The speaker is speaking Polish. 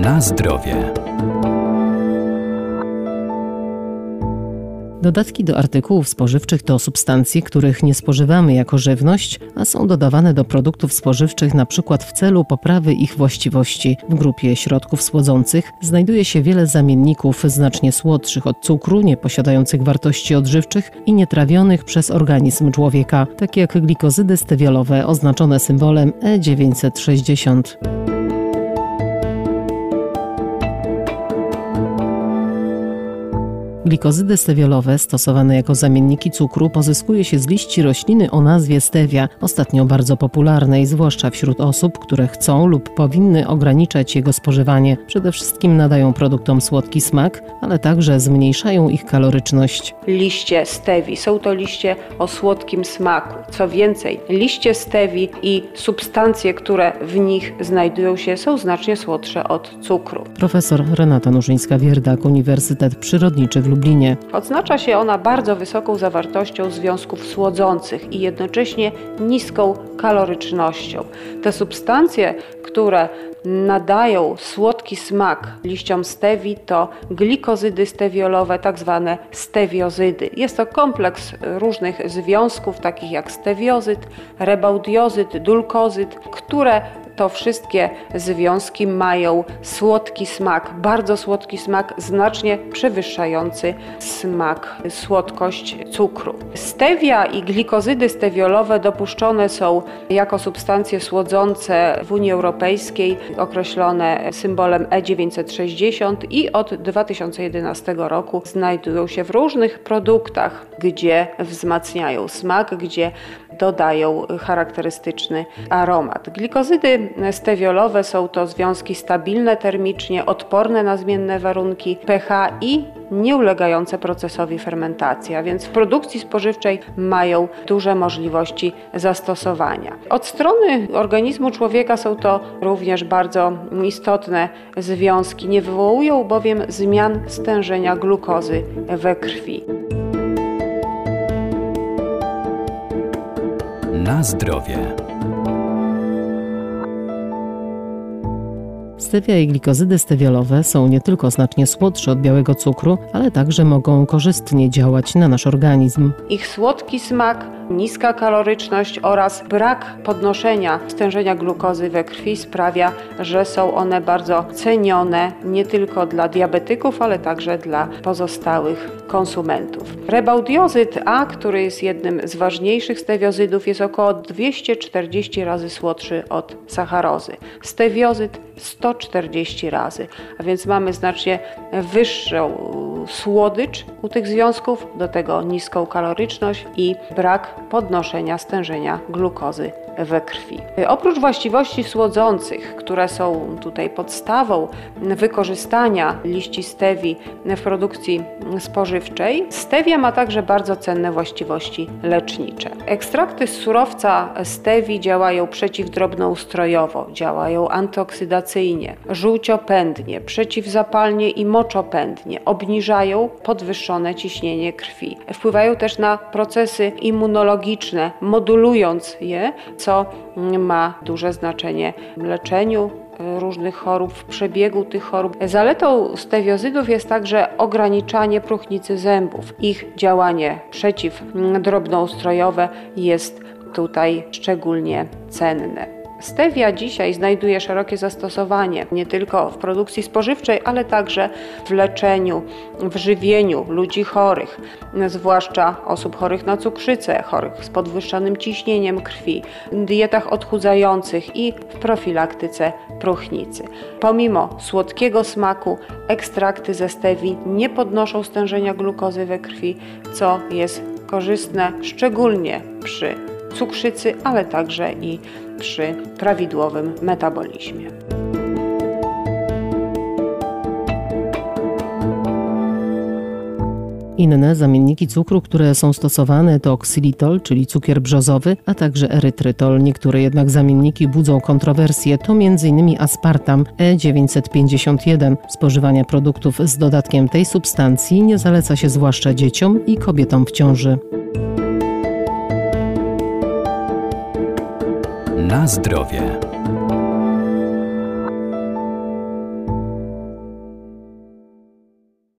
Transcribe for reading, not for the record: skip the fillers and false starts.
Na zdrowie. Dodatki do artykułów spożywczych to substancje, których nie spożywamy jako żywność, a są dodawane do produktów spożywczych np. w celu poprawy ich właściwości. W grupie środków słodzących znajduje się wiele zamienników znacznie słodszych od cukru, nieposiadających wartości odżywczych i nietrawionych przez organizm człowieka, takie jak glikozydy stewiolowe oznaczone symbolem E960. Glikozydy stewiolowe, stosowane jako zamienniki cukru, pozyskuje się z liści rośliny o nazwie stevia, ostatnio bardzo popularnej, zwłaszcza wśród osób, które chcą lub powinny ograniczać jego spożywanie. Przede wszystkim nadają produktom słodki smak, ale także zmniejszają ich kaloryczność. Liście stevii są to liście o słodkim smaku. Co więcej, liście stevii i substancje, które w nich znajdują się, są znacznie słodsze od cukru. Profesor Renata Nurzyńska-Wierdak, Uniwersytet Przyrodniczy w Lublinie. Odznacza się ona bardzo wysoką zawartością związków słodzących i jednocześnie niską kalorycznością. Te substancje, które nadają słodki smak liściom stevii, to glikozydy stewiolowe, tak zwane stewiozydy. Jest to kompleks różnych związków, takich jak stewiozyt, rebaudiozyt, dulkozyt, które to wszystkie związki mają słodki smak, bardzo słodki smak, znacznie przewyższający słodkość cukru. Stevia i glikozydy stewiolowe dopuszczone są jako substancje słodzące w Unii Europejskiej, określone symbolem E960 i od 2011 roku znajdują się w różnych produktach, gdzie wzmacniają smak, gdzie dodają charakterystyczny aromat. Glikozydy stewiolowe są to związki stabilne termicznie, odporne na zmienne warunki pH i nieulegające procesowi fermentacji, a więc w produkcji spożywczej mają duże możliwości zastosowania. Od strony organizmu człowieka są to również bardzo istotne związki, nie wywołują bowiem zmian stężenia glukozy we krwi. Na zdrowie. Stevia i glikozydy stewiolowe są nie tylko znacznie słodsze od białego cukru, ale także mogą korzystnie działać na nasz organizm. Ich słodki smak, niska kaloryczność oraz brak podnoszenia stężenia glukozy we krwi sprawia, że są one bardzo cenione nie tylko dla diabetyków, ale także dla pozostałych konsumentów. Rebaudiozyt A, który jest jednym z ważniejszych stewiozydów, jest około 240 razy słodszy od sacharozy. Stewiozyt 140 razy, a więc mamy znacznie wyższą słodycz u tych związków, do tego niską kaloryczność i brak podnoszenia stężenia glukozy we krwi. Oprócz właściwości słodzących, które są tutaj podstawą wykorzystania liści stevii w produkcji spożywczej, stevia ma także bardzo cenne właściwości lecznicze. Ekstrakty z surowca stevii działają przeciwdrobnoustrojowo, działają antyoksydacyjnie, żółciopędnie, przeciwzapalnie i moczopędnie, obniżają podwyższone ciśnienie krwi. Wpływają też na procesy immunologiczne, modulując je, co ma duże znaczenie w leczeniu różnych chorób, w przebiegu tych chorób. Zaletą stewiozydów jest także ograniczanie próchnicy zębów. Ich działanie przeciwdrobnoustrojowe jest tutaj szczególnie cenne. Stevia dzisiaj znajduje szerokie zastosowanie nie tylko w produkcji spożywczej, ale także w leczeniu, w żywieniu ludzi chorych, zwłaszcza osób chorych na cukrzycę, chorych z podwyższonym ciśnieniem krwi, dietach odchudzających i w profilaktyce próchnicy. Pomimo słodkiego smaku, ekstrakty ze stevii nie podnoszą stężenia glukozy we krwi, co jest korzystne szczególnie przy cukrzycy, ale także i przy prawidłowym metabolizmie. Inne zamienniki cukru, które są stosowane, to ksylitol, czyli cukier brzozowy, a także erytrytol. Niektóre jednak zamienniki budzą kontrowersje. To m.in. aspartam E951. Spożywania produktów z dodatkiem tej substancji nie zaleca się zwłaszcza dzieciom i kobietom w ciąży. Na zdrowie.